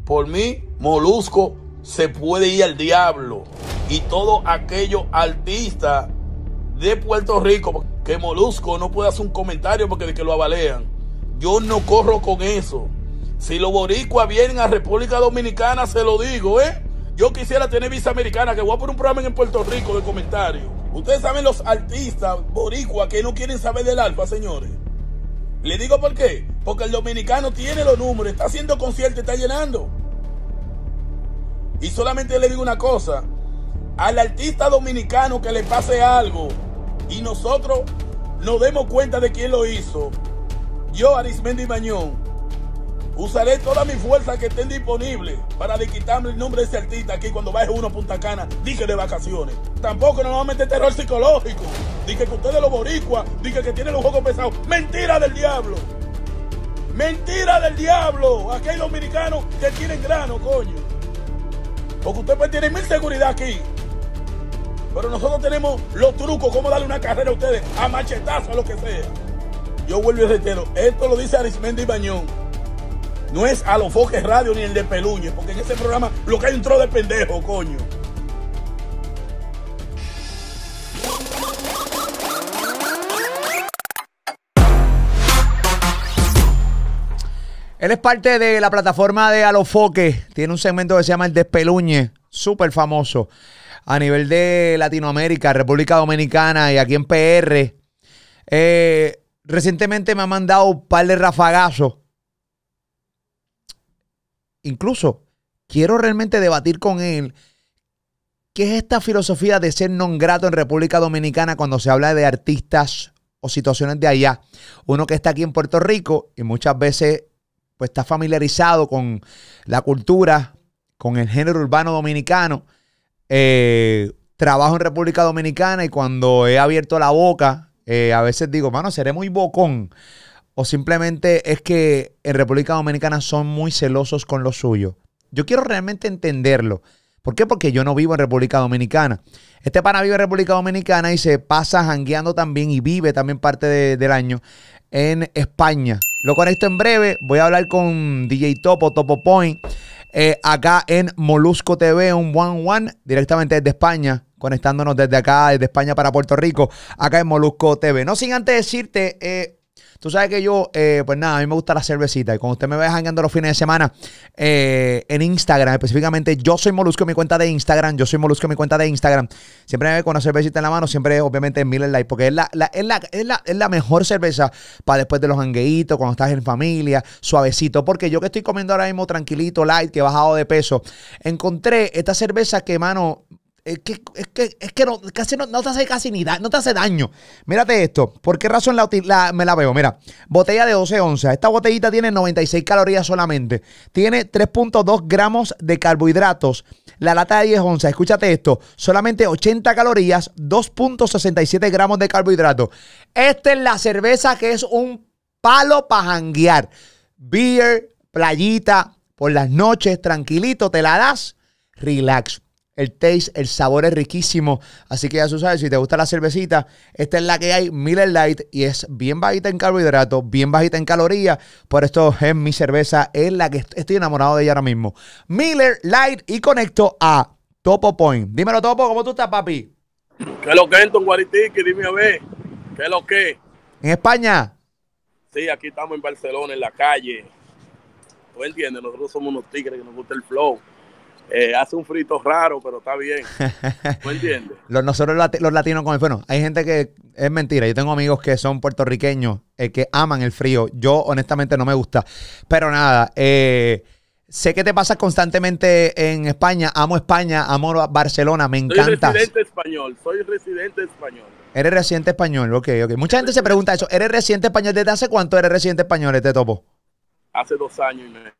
Por mí, Molusco se puede ir al diablo. Y todos aquellos artistas de Puerto Rico, que Molusco no puede hacer un comentario porque de que lo avalean. Yo no corro con eso. Si los boricuas vienen a República Dominicana, se lo digo, Yo quisiera tener visa americana, que voy a poner un programa en Puerto Rico de comentarios. Ustedes saben los artistas boricuas que no quieren saber del alfa, señores. ¿Le digo por qué? Porque el dominicano tiene los números, está haciendo conciertos, está llenando. Y solamente le digo una cosa, al artista dominicano que le pase algo y nosotros nos demos cuenta de quién lo hizo, yo, Arismendi Mañón, usaré toda mi fuerza que estén disponibles para de quitarme el nombre de ese artista aquí cuando baje uno a Punta Cana, dije de vacaciones. Tampoco nos vamos a meter terror psicológico. Dije que ustedes los boricuas, dije que tienen los juegos pesados. ¡Mentira del diablo! ¡Mentira del diablo! Aquí hay dominicanos que tienen grano, coño. Porque usted puede tener 1000 seguridad aquí. Pero nosotros tenemos los trucos, cómo darle una carrera a ustedes, a machetazo, a lo que sea. Yo vuelvo y reitero, esto lo dice Arismendi Bañón. No es a los Foques Radio ni el de Peluñe, porque en ese programa lo que hay un tro de pendejo, coño. Él es parte de la plataforma de Alofoque. Tiene un segmento que se llama El Despeluñe, súper famoso a nivel de Latinoamérica, República Dominicana y aquí en PR. Recientemente me ha mandado un par de rafagazos. Incluso quiero realmente debatir con él qué es esta filosofía de ser non grato en República Dominicana cuando se habla de artistas o situaciones de allá. Uno que está aquí en Puerto Rico y muchas veces pues está familiarizado con la cultura, con el género urbano dominicano. Trabajo en República Dominicana y cuando he abierto la boca, a veces digo, mano, seré muy bocón. O simplemente es que en República Dominicana son muy celosos con lo suyo. Yo quiero realmente entenderlo. ¿Por qué? Porque yo no vivo en República Dominicana. Este pana vive en República Dominicana y se pasa jangueando también y vive también parte del año en España. Lo conecto en breve. Voy a hablar con DJ Topo, Topo Point, acá en Molusco TV, un one directamente desde España, conectándonos desde acá, desde España para Puerto Rico, acá en Molusco TV. No sin antes decirte... tú sabes que yo, pues nada, a mí me gusta la cervecita. Y cuando usted me ve jangueando los fines de semana en Instagram, específicamente, yo soy Molusco en mi cuenta de Instagram. Siempre me ve con una cervecita en la mano, siempre obviamente en Miller Lite, porque es la mejor cerveza para después de los jangueitos, cuando estás en familia, suavecito. Porque yo que estoy comiendo ahora mismo tranquilito, light, que he bajado de peso, encontré esta cerveza que, mano... Es que no, casi no te hace casi ni daño, no te hace daño. Mírate esto. ¿Por qué razón me la veo? Mira, botella de 12 onzas. Esta botellita tiene 96 calorías solamente. Tiene 3.2 gramos de carbohidratos. La lata de 10 onzas, escúchate esto, solamente 80 calorías, 2.67 gramos de carbohidratos. Esta es la cerveza que es un palo para janguear. Beer, playita, por las noches, tranquilito, te la das, relax. El taste, el sabor es riquísimo. Así que ya tú sabes, si te gusta la cervecita, esta es la que hay, Miller Lite, y es bien bajita en carbohidratos, bien bajita en calorías. Por esto es mi cerveza, es la que estoy enamorado de ella ahora mismo. Miller Lite, y conecto a Topo Point. Dímelo, Topo, ¿cómo tú estás, papi? ¿Qué es lo que es, Don Guaritiqui? Dime a ver. ¿Qué es lo que? ¿En España? Sí, aquí estamos en Barcelona, en la calle. ¿Tú entiendes? Nosotros somos unos tigres que nos gusta el flow. Hace un frito raro, pero está bien. ¿No entiendes? Nosotros los latinos con el bueno, hay gente que es mentira. Yo tengo amigos que son puertorriqueños que aman el frío. Yo honestamente no me gusta. Pero nada, sé que te pasas constantemente en España. Amo Barcelona, me encanta. Soy residente español. Eres residente español, ok. Mucha gente se pregunta eso. ¿Eres residente español? ¿Desde hace cuánto eres residente español, Topo? Hace 2 años y medio.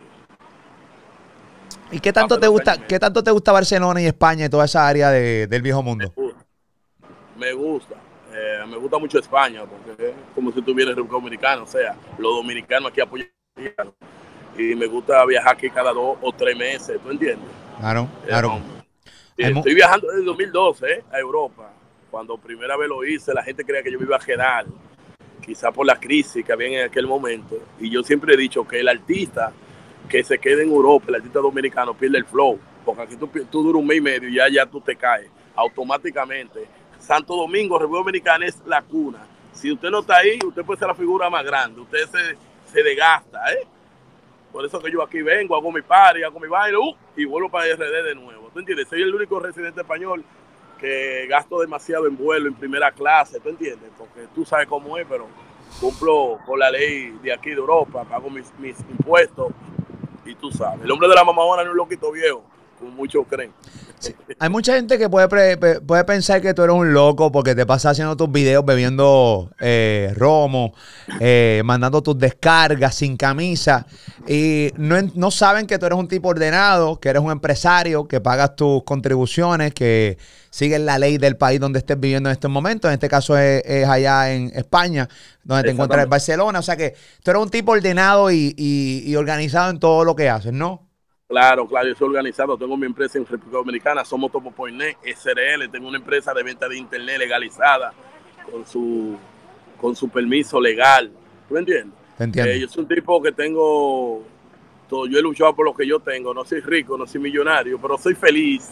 ¿Y qué tanto te gusta Barcelona y España y toda esa área del viejo mundo? Me gusta mucho España, porque es como si estuviera en República Dominicana, o sea, los dominicanos aquí apoyan. Y me gusta viajar aquí cada 2 o 3 meses, ¿tú entiendes? Claro. Estoy viajando desde 2012 a Europa. Cuando primera vez lo hice, la gente creía que yo me iba a quedar, quizá por la crisis que había en aquel momento. Y yo siempre he dicho que el artista que se quede en Europa, el artista dominicano pierde el flow, porque aquí tú duras un mes y medio y ya tú te caes automáticamente. Santo Domingo, República Dominicana, es la cuna. Si usted no está ahí, usted puede ser la figura más grande, usted se desgasta, ¿eh? Por eso que yo aquí vengo, hago mi party, hago mi baile, y vuelvo para RD de nuevo. ¿Tú entiendes? Soy el único residente español que gasto demasiado en vuelo, en primera clase, ¿tú entiendes? Porque tú sabes cómo es, pero cumplo con la ley de aquí de Europa, pago mis impuestos, y tú sabes. El hombre de la mamahona no es un loquito viejo, como muchos creen. Sí. Hay mucha gente que puede pensar que tú eres un loco porque te pasas haciendo tus videos bebiendo romo, mandando tus descargas sin camisa y no saben que tú eres un tipo ordenado, que eres un empresario, que pagas tus contribuciones, que sigues la ley del país donde estés viviendo en estos momentos. En este caso es allá en España, donde te encuentras en Barcelona. O sea que tú eres un tipo ordenado y organizado en todo lo que haces, ¿no? Claro, yo soy organizado, tengo mi empresa en República Dominicana, somos Topo.net, SRL, tengo una empresa de venta de internet legalizada con su permiso legal. ¿Tú me entiendes? Te entiendo. Yo soy un tipo que tengo todo, yo he luchado por lo que yo tengo, no soy rico, no soy millonario, pero soy feliz,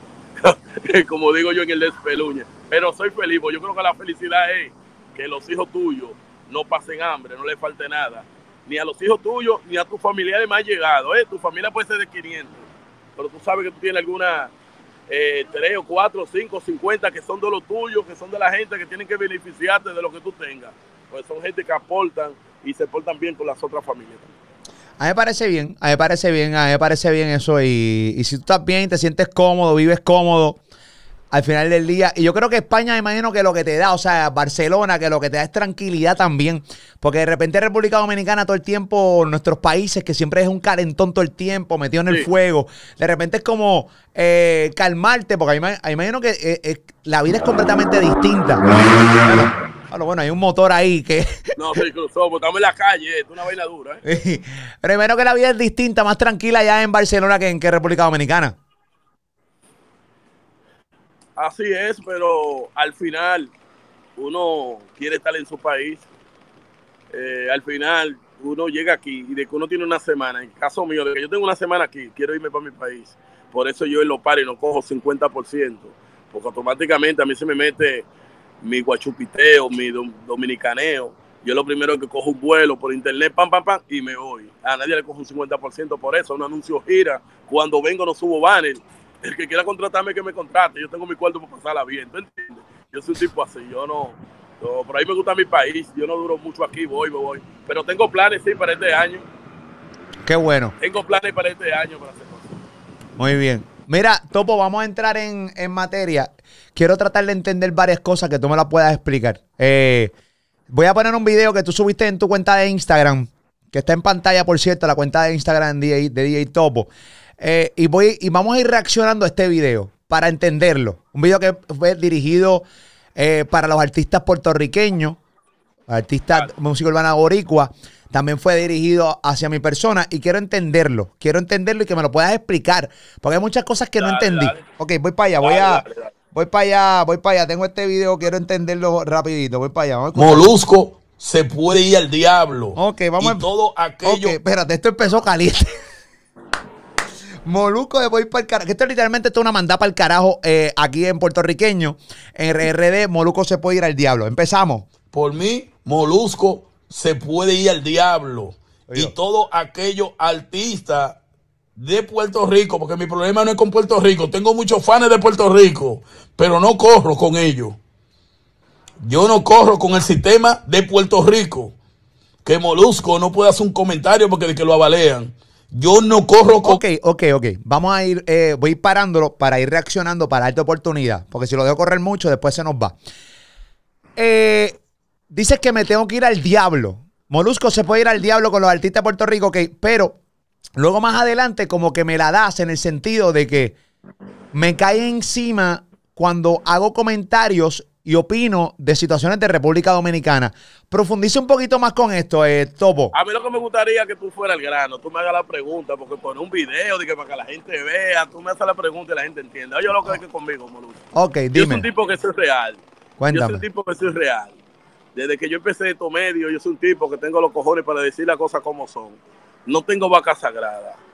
como digo yo en el Despeluña, pero soy feliz, porque yo creo que la felicidad es que los hijos tuyos no pasen hambre, no les falte nada. Ni a los hijos tuyos, ni a tus familiares más llegados. Tu familia puede ser de 500, pero tú sabes que tú tienes alguna 3 o 4 o 5 o 50 que son de los tuyos, que son de la gente que tienen que beneficiarte de lo que tú tengas. Pues son gente que aportan y se portan bien con las otras familias. A mí me parece bien, a mí me parece bien eso. Y si tú estás bien, te sientes cómodo, vives cómodo al final del día. Y yo creo que España, me imagino que lo que te da, o sea, Barcelona, que lo que te da es tranquilidad también. Porque de repente República Dominicana todo el tiempo, nuestros países, que siempre es un calentón todo el tiempo, metido en el fuego. De repente es como calmarte, porque me imagino que la vida es completamente distinta. Bueno, hay un motor ahí que... No, sí, cruzó, porque estamos en la calle, es una vaina dura, ¿eh? Primero que la vida es distinta, más tranquila ya en Barcelona que en República Dominicana. Así es, pero al final uno quiere estar en su país. Al final uno llega aquí y de que uno tiene una semana, en el caso mío, de que yo tengo una semana aquí, quiero irme para mi país. Por eso yo en los pares no cojo 50%, porque automáticamente a mí se me mete mi guachupiteo, mi dominicaneo. Yo lo primero que cojo un vuelo por internet, pam, y me voy. A nadie le cojo un 50% por eso, un anuncio gira. Cuando vengo no subo banner. El que quiera contratarme, que me contrate. Yo tengo mi cuarto para pasarla bien, ¿tú entiendes? Yo soy un tipo así, por ahí me gusta mi país, yo no duro mucho aquí, voy. Pero tengo planes, sí, para este año. Qué bueno. Tengo planes para este año para hacer cosas. Muy bien. Mira, Topo, vamos a entrar en materia. Quiero tratar de entender varias cosas que tú me las puedas explicar. Voy a poner un video que tú subiste en tu cuenta de Instagram, que está en pantalla, por cierto, la cuenta de Instagram de DJ Topo. Y vamos a ir reaccionando a este video para entenderlo. Un video que fue dirigido para los artistas puertorriqueños, artistas de música urbana boricua. También fue dirigido hacia mi persona y quiero entenderlo y que me lo puedas explicar, porque hay muchas cosas que no entendí. Ok, voy para allá, voy para allá. Tengo este video, quiero entenderlo rapidito, voy para allá. Molusco se puede ir al diablo. Ok, vamos y todo aquello. Ok, espérate, esto empezó caliente. Molusco de voy para el carajo. Esto literalmente es una mandada para el carajo aquí en puertorriqueño. En RD, Molusco se puede ir al diablo. Empezamos. Por mí, Molusco se puede ir al diablo. Oye. Y todo aquellos artistas de Puerto Rico, porque mi problema no es con Puerto Rico. Tengo muchos fans de Puerto Rico, pero no corro con ellos. Yo no corro con el sistema de Puerto Rico. Que Molusco no puede hacer un comentario porque de que lo avalean. Yo no corro con... Ok. Vamos a ir, voy a ir parándolo para ir reaccionando para darte oportunidad. Porque si lo dejo correr mucho, después se nos va. Dices que me tengo que ir al diablo. Molusco se puede ir al diablo con los artistas de Puerto Rico, ok. Pero luego más adelante como que me la das en el sentido de que me cae encima cuando hago comentarios y opino de situaciones de República Dominicana. Profundice un poquito más con esto, Topo. A mí lo que me gustaría es que tú fueras al grano, tú me hagas la pregunta, porque poner un video de que para que la gente vea, tú me haces la pregunta y la gente entienda. Oye, lo que es que conmigo, Molusco. Ok, dime. Yo soy un tipo que soy real. Cuéntame. Yo soy un tipo que soy real. Desde que yo empecé de estos medios, yo soy un tipo que tengo los cojones para decir las cosas como son. No tengo vaca sagrada.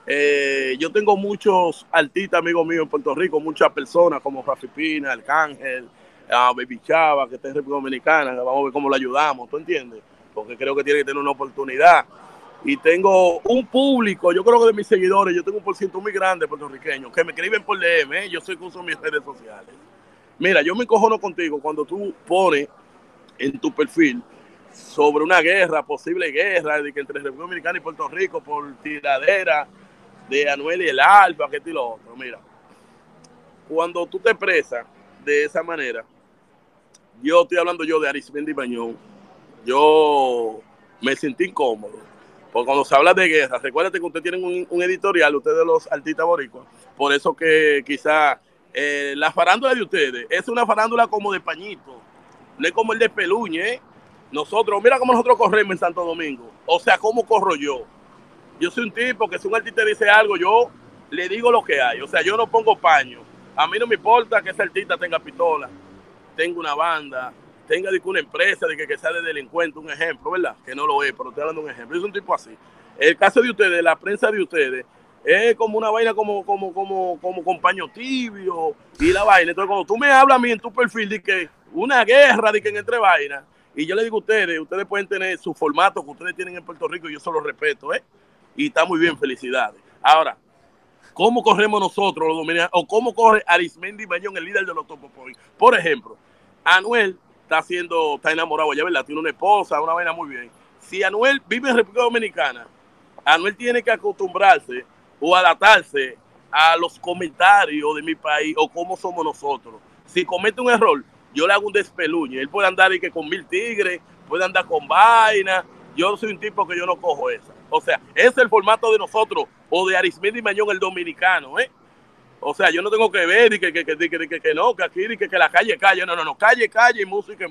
Yo tengo muchos artistas amigos míos en Puerto Rico, muchas personas como Rafi Pina, Arcángel, Baby Chava, que está en República Dominicana, vamos a ver cómo le ayudamos, ¿tú entiendes? Porque creo que tiene que tener una oportunidad. Y tengo un público, yo creo que de mis seguidores, yo tengo un porciento muy grande puertorriqueño, que me escriben por DM, yo soy que uso mis redes sociales. Mira, yo me encojono contigo cuando tú pones en tu perfil sobre una guerra, posible guerra de que entre República Dominicana y Puerto Rico por tiradera de Anuel y el Alfa, que esto y lo otro. Mira, cuando tú te expresas de esa manera, yo estoy hablando yo de Arismendi Bañón, yo me sentí incómodo. Porque cuando se habla de guerra, recuérdate que ustedes tienen un editorial, ustedes los artistas boricuas, por eso que quizá la farándula de ustedes es una farándula como de pañito, no es como el de Peluñe, ¿eh? Nosotros, mira cómo nosotros corremos en Santo Domingo, o sea, cómo corro yo. Yo soy un tipo que si un artista dice algo, yo le digo lo que hay, o sea, yo no pongo paño. A mí no me importa que ese artista tenga pistola, tenga una banda, tenga una empresa de que sea de delincuente, un ejemplo, ¿verdad? Que no lo es, pero estoy hablando de un ejemplo. Yo soy un tipo así. El caso de ustedes, la prensa de ustedes, es como una vaina como con paño tibio y la vaina. Entonces, cuando tú me hablas a mí en tu perfil de que una guerra, de que entre vainas, y yo le digo a ustedes pueden tener su formato que ustedes tienen en Puerto Rico y yo se lo respeto, ¿eh? Y está muy bien, felicidades. Ahora, ¿cómo corremos nosotros los dominicanos? ¿O cómo corre Arismendi Bañón, el líder de los Topo Point? Por ejemplo, Anuel está enamorado ya, ¿verdad? Tiene una esposa, una vaina muy bien. Si Anuel vive en República Dominicana, Anuel tiene que acostumbrarse o adaptarse a los comentarios de mi país o cómo somos nosotros. Si comete un error, yo le hago un despeluñe. Él puede andar y que con 1000 tigres, puede andar con vaina. Yo soy un tipo que yo no cojo esa. O sea, ese es el formato de nosotros o de Arismendi Bañón, el dominicano, ¿eh? O sea, yo no tengo que ver y que no, que aquí y que la calle, no, calle y música.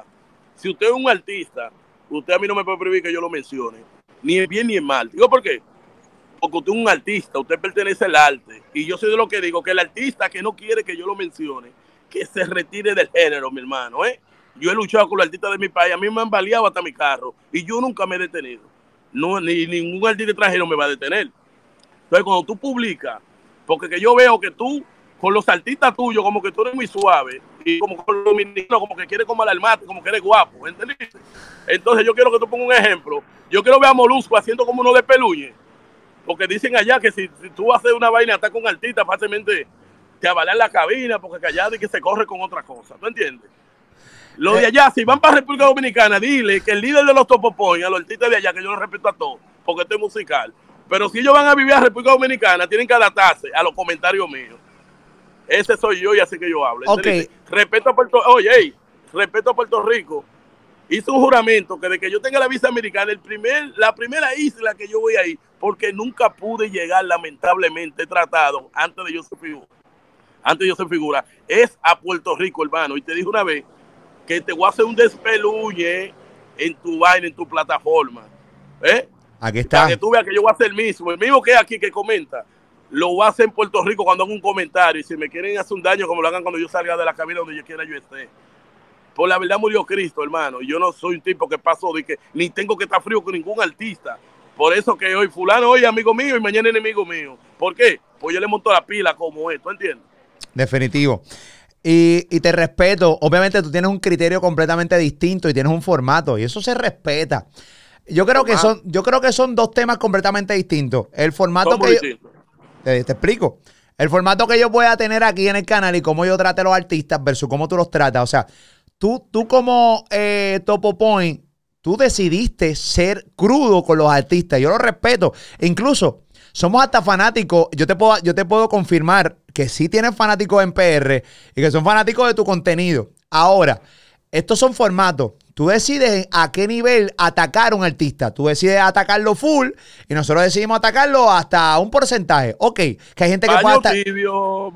Si usted es un artista, usted a mí no me puede prohibir que yo lo mencione, ni en bien ni en mal. Digo, ¿por qué? Porque usted es un artista, usted pertenece al arte, y yo soy de lo que digo, que el artista que no quiere que yo lo mencione, que se retire del género, mi hermano, ¿eh? Yo he luchado con los artistas de mi país, a mí me han baleado hasta mi carro, y yo nunca me he detenido. No, ni ningún artista extranjero me va a detener. Entonces, cuando tú publicas, porque que yo veo que tú, con los artistas tuyos, como que tú eres muy suave, y como con los dominicanos, como que quieres como alarmarte, como que eres guapo, ¿entendiste? Entonces yo quiero que tú pongas un ejemplo. Yo quiero ver a Molusco haciendo como uno de Peluñe, porque dicen allá que si tú haces una vaina, estás con un artista, fácilmente te avalan la cabina, porque allá de que se corre con otra cosa, ¿tú entiendes? Los de allá, si van para República Dominicana, dile que el líder de los Topo Point, a los artistas de allá, que yo los respeto a todos, porque esto es musical, pero si ellos van a vivir a República Dominicana, tienen que adaptarse a los comentarios míos. Ese soy yo y así que yo hablo. Okay. Respeto a Puerto Rico. Hice un juramento que de que yo tenga la visa americana, la primera isla que yo voy a ir, porque nunca pude llegar, lamentablemente, tratado, antes de yo ser figura, es a Puerto Rico, hermano. Y te dije una vez que te voy a hacer un despeluñe en tu vaina, en tu plataforma. Aquí está. Para que tú veas que yo voy a hacer el mismo que aquí que comenta, lo voy a hacer en Puerto Rico cuando haga un comentario. Y si me quieren hacer un daño, como lo hagan cuando yo salga de la cabina donde yo quiera yo esté. Por la verdad murió Cristo, hermano. Yo no soy un tipo que pasó de que ni tengo que estar frío con ningún artista. Por eso que hoy fulano hoy es amigo mío y mañana es enemigo mío. ¿Por qué? Pues yo le monto la pila como esto, ¿entiendes? Definitivo. Y te respeto. Obviamente tú tienes un criterio completamente distinto y tienes un formato y eso se respeta. Yo creo que son dos temas completamente distintos. El formato que te explico. El formato que yo voy a tener aquí en el canal y cómo yo trate a los artistas versus cómo tú los tratas. O sea, tú como Topo Point, tú decidiste ser crudo con los artistas. Yo lo respeto. E incluso somos hasta fanáticos. Yo te puedo confirmar que sí tienes fanáticos en PR y que son fanáticos de tu contenido. Ahora, estos son formatos. Tú decides a qué nivel atacar a un artista. Tú decides atacarlo full y nosotros decidimos atacarlo hasta un porcentaje. Ok, que hay gente que puede estar... tibio,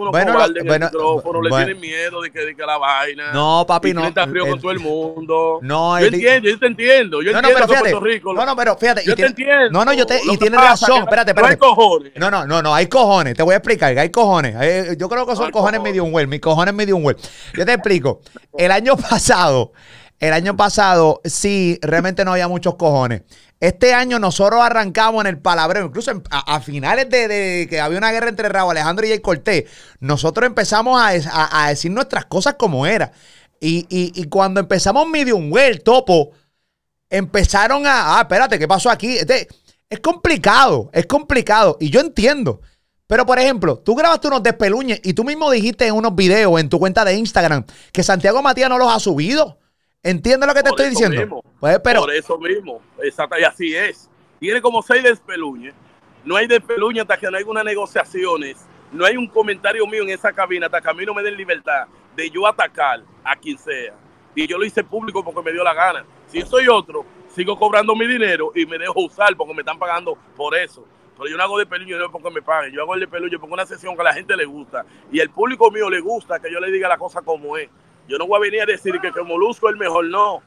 le tienen miedo de que la vaina. No, papi, no. Está frío con todo el mundo. No, yo te entiendo. Yo entiendo que Puerto Rico. No, pero fíjate. Yo te entiendo. No, y tienes razón. Espérate. No hay cojones. No, hay cojones. Te voy a explicar que hay cojones. Yo creo que son cojones medium well. Mis cojones medium well. Yo te explico. El año pasado... el año pasado sí, realmente no había muchos cojones. Este año nosotros arrancamos en el palabreo, incluso a finales de que había una guerra entre Raúl Alejandro y Jay Cortés, nosotros empezamos a decir nuestras cosas como era. Y cuando empezamos Medium Well, Topo, empezaron espérate, ¿qué pasó aquí? Es complicado. Y yo entiendo. Pero, por ejemplo, tú grabaste unos despeluñes y tú mismo dijiste en unos videos en tu cuenta de Instagram que Santiago Matías no los ha subido. ¿Entiendes lo que te estoy diciendo? Mismo, pues, pero, por eso mismo, exacto, y así es. Tiene como 6 despeluñes. No hay despeluñes hasta que no hay unas negociaciones. No hay un comentario mío en esa cabina hasta que a mí no me den libertad de yo atacar a quien sea. Y yo lo hice público porque me dio la gana. Si soy otro, sigo cobrando mi dinero y me dejo usar porque me están pagando por eso. Pero yo no hago de peluño no porque me paguen. Yo hago el de peluño porque es una sesión que a la gente le gusta. Y el público mío le gusta que yo le diga la cosa como es. Yo no voy a venir a decir que Molusco es el mejor, no.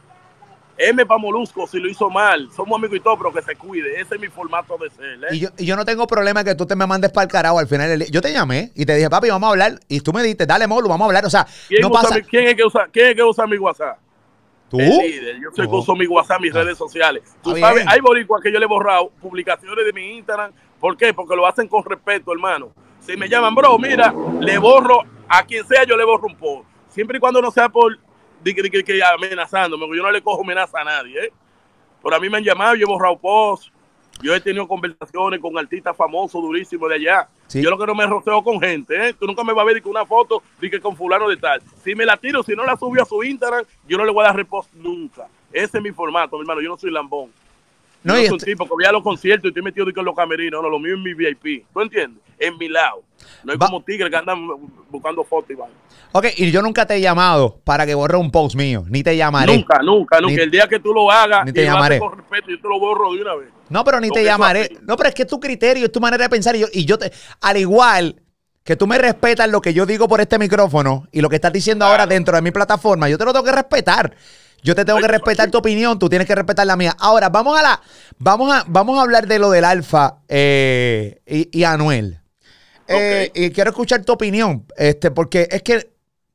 M para Molusco si lo hizo mal. Somos amigos y todo, pero que se cuide. Ese es mi formato de ser. Y yo no tengo problema que tú te me mandes para el carajo al final. Yo te llamé y te dije, papi, vamos a hablar. Y tú me dijiste, dale, Molu, vamos a hablar. O sea, no pasa. ¿Quién es que usa mi WhatsApp? ¿Tú? El líder. Yo soy que uso mi WhatsApp, mis redes sociales. Tú sabes, hay boricuas que yo le he borrado publicaciones de mi Instagram. ¿Por qué? Porque lo hacen con respeto, hermano. Si me llaman, bro, mira, le borro a quien sea, yo le borro un post. Siempre y cuando no sea por que amenazándome, porque yo no le cojo amenaza a nadie, Pero a mí me han llamado, yo he borrado posts, yo he tenido conversaciones con artistas famosos, durísimos de allá. Sí. Yo lo que no me roceo con gente, Tú nunca me vas a ver con una foto con fulano de tal. Si me la tiro, si no la subió a su Instagram, yo no le voy a dar repost nunca. Ese es mi formato, mi hermano, yo no soy lambón. No, yo no soy un tipo que voy a los conciertos y estoy metido en los camerinos. No, lo mío es mi VIP. ¿Tú entiendes? En mi lado. No es como tigres que andan buscando fotos y van. Ok, y yo nunca te he llamado para que borre un post mío. Ni te llamaré. Nunca. El día que tú lo hagas, ni te llamaré. Con respeto, yo te lo borro de una vez. No, pero ni te llamaré. No, pero es que es tu criterio, es tu manera de pensar. Y yo te, al igual que tú me respetas lo que yo digo por este micrófono y lo que estás diciendo ahora dentro de mi plataforma, yo te lo tengo que respetar. Yo te tengo que respetar tu opinión, tú tienes que respetar la mía. Ahora, vamos a hablar de lo del Alfa y Anuel. Y quiero escuchar tu opinión, porque es que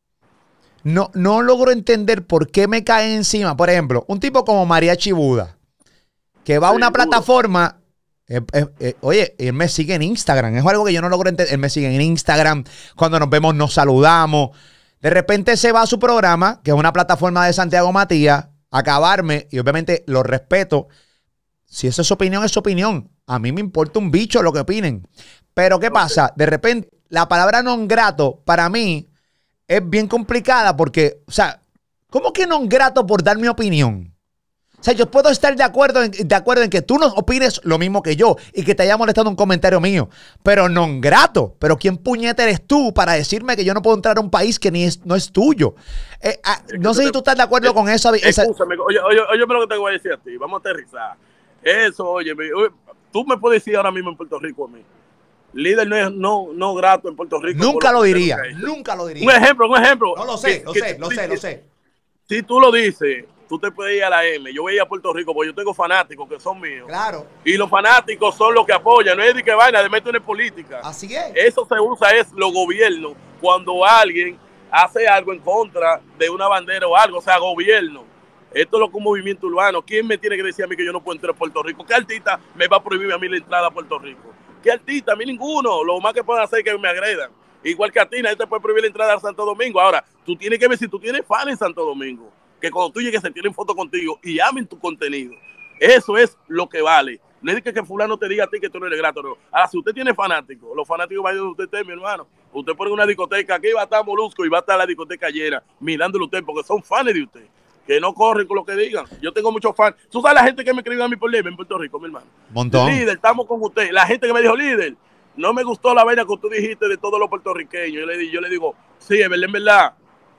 no logro entender por qué me cae encima. Por ejemplo, un tipo como Mariachi Buda, que va a una plataforma. Oye, él me sigue en Instagram. Es algo que yo no logro entender. Él me sigue en Instagram. Cuando nos vemos, nos saludamos. De repente se va a su programa, que es una plataforma de Santiago Matías, a acabarme, y obviamente lo respeto. Si esa es su opinión, es su opinión. A mí me importa un bicho lo que opinen. Pero ¿qué pasa? De repente, la palabra non grato, para mí, es bien complicada porque, o sea, ¿cómo que non grato por dar mi opinión? O sea, yo puedo estar de acuerdo en que tú no opines lo mismo que yo y que te haya molestado un comentario mío, pero non grato. Pero ¿quién puñete eres tú para decirme que yo no puedo entrar a un país que no es tuyo? No sé si tú estás de acuerdo con eso. Escúchame, oye, lo que te voy a decir a ti. Vamos a aterrizar. Eso, oye, tú me puedes decir ahora mismo en Puerto Rico a mí. Líder no grato en Puerto Rico. Nunca lo diría. Nunca lo diría. Un ejemplo. No lo sé, lo sé. Si tú lo dices, tú te puedes ir a la M. Yo voy a ir a Puerto Rico porque yo tengo fanáticos que son míos. Claro. Y los fanáticos son los que apoyan. No es de que vaina de meter en política. Así es. Eso se usa, es los gobiernos. Cuando alguien hace algo en contra de una bandera o algo, o sea, gobierno. Esto es lo que un movimiento urbano. ¿Quién me tiene que decir a mí que yo no puedo entrar a Puerto Rico? ¿Qué artista me va a prohibir a mí la entrada a Puerto Rico? ¿Qué artista? A mí ninguno. Lo más que pueden hacer es que me agredan. Igual que a ti, nadie te puede prohibir la entrada a Santo Domingo. Ahora, tú tienes que ver si tú tienes fans en Santo Domingo. Que cuando tú llegues se tienen fotos contigo y amen tu contenido. Eso es lo que vale. No es que fulano te diga a ti que tú no eres grato. No. Ahora, si usted tiene fanáticos, los fanáticos van a ir donde usted esté, mi hermano. Usted pone una discoteca, aquí va a estar Molusco y va a estar la discoteca llena, mirándolo usted, porque son fans de usted. Que no corren con lo que digan. Yo tengo muchos fans. ¿Tú sabes la gente que me escribió a mí por live en Puerto Rico, mi hermano? Montón. Líder, estamos con usted. La gente que me dijo, líder, no me gustó la vaina que tú dijiste de todos los puertorriqueños. Yo le digo, sí, en verdad.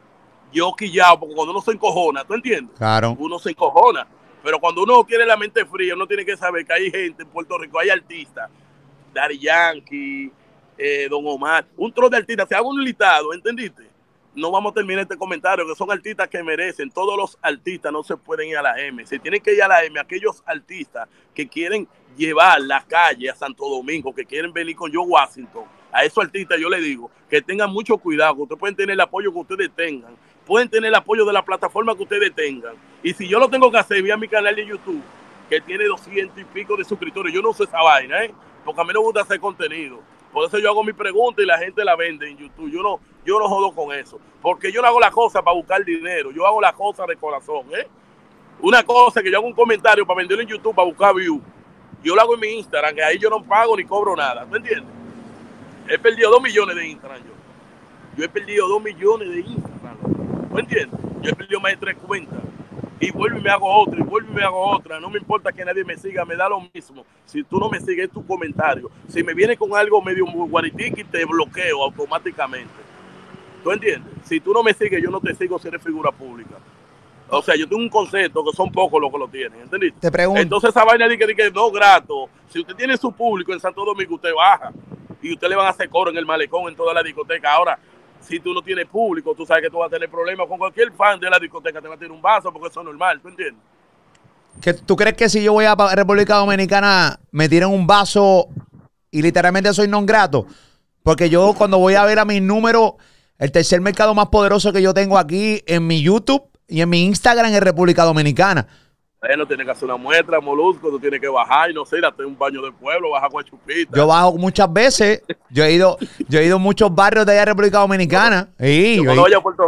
Yo quillao, porque cuando uno se encojona, ¿tú entiendes? Claro. Uno se encojona. Pero cuando uno quiere la mente fría, uno tiene que saber que hay gente en Puerto Rico, hay artistas, Daddy Yankee, Don Omar, un trozo de artistas. Se haga un listado, ¿entendiste? No vamos a terminar este comentario, que son artistas que merecen. Todos los artistas no se pueden ir a la M. Se tienen que ir a la M aquellos artistas que quieren llevar la calle a Santo Domingo, que quieren venir con Joe Washington. A esos artistas yo les digo que tengan mucho cuidado, que ustedes pueden tener el apoyo que ustedes tengan, pueden tener el apoyo de la plataforma que ustedes tengan. Y si yo lo tengo que hacer vía mi canal de YouTube, que tiene 200 y pico de suscriptores, yo no uso esa vaina, porque a mí no me gusta hacer contenido. Por eso yo hago mi pregunta y la gente la vende en YouTube. Yo no jodo con eso. Porque yo no hago la cosa para buscar dinero. Yo hago la cosa de corazón. Una cosa que yo hago un comentario para venderlo en YouTube para buscar views. Yo lo hago en mi Instagram, que ahí yo no pago ni cobro nada. ¿Tú entiendes? He perdido 2 millones de Instagram yo. Yo he perdido 2 millones de Instagram. ¿Tú entiendes? Yo he perdido más de 3 cuentas. Y vuelvo y me hago otra, y vuelvo y me hago otra. No me importa que nadie me siga, me da lo mismo. Si tú no me sigues, es tu comentario. Si me viene con algo medio guaritiqui, te bloqueo automáticamente. ¿Tú entiendes? Si tú no me sigues, yo no te sigo si eres figura pública. O sea, yo tengo un concepto que son pocos los que lo tienen, ¿entendiste? Te pregunto. Entonces esa vaina de que no grato. Si usted tiene su público en Santo Domingo, usted baja. Y usted le van a hacer coro en el malecón, en toda la discoteca. Ahora, si tú no tienes público, tú sabes que tú vas a tener problemas con cualquier fan de la discoteca, te va a tirar un vaso porque eso es normal, ¿tú entiendes? ¿Tú crees que si yo voy a República Dominicana me tiran un vaso y literalmente soy non grato? Porque yo cuando voy a ver a mis números, el tercer mercado más poderoso que yo tengo aquí en mi YouTube y en mi Instagram es República Dominicana. No tiene que hacer una muestra, Molusco, tú tienes que bajar y no sé, date un baño de pueblo, baja con chupita. Yo bajo muchas veces, yo he ido a muchos barrios de allá de República Dominicana. Yo cuando vaya a Puerto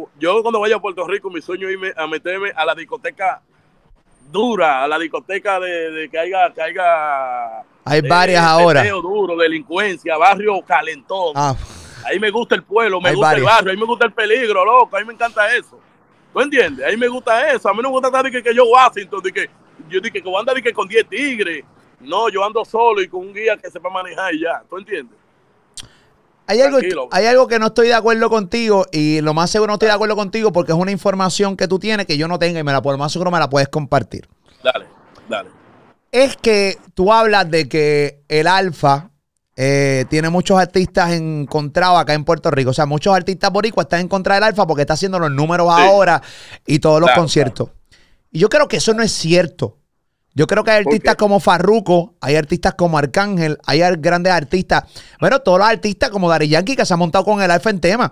Rico, mi sueño es irme a meterme a la discoteca dura, a la discoteca de que haya hay varias ahora. Duro, delincuencia, barrio calentón. Ahí me gusta el pueblo, me gusta varias. El barrio, ahí me gusta el peligro, loco, a mí me encanta eso. ¿Tú entiendes? Ahí me gusta eso. A mí no me gusta estar que yo Washington, yo dije que voy a andar con 10 tigres. No, yo ando solo y con un guía que sepa manejar y ya. ¿Tú entiendes? Hay algo que no estoy de acuerdo contigo y lo más seguro no estoy de acuerdo contigo porque es una información que tú tienes que yo no tengo y por lo más seguro me la puedes compartir. Dale. Es que tú hablas de que el Alfa tiene muchos artistas encontrados acá en Puerto Rico. O sea, muchos artistas boricuas están en contra del Alfa porque está haciendo los números ahora y todos los conciertos. Y yo creo que eso no es cierto. Yo creo que hay artistas como Farruko, hay artistas como Arcángel, hay grandes artistas. Bueno, todos los artistas como Daddy Yankee que se han montado con el Alfa en tema,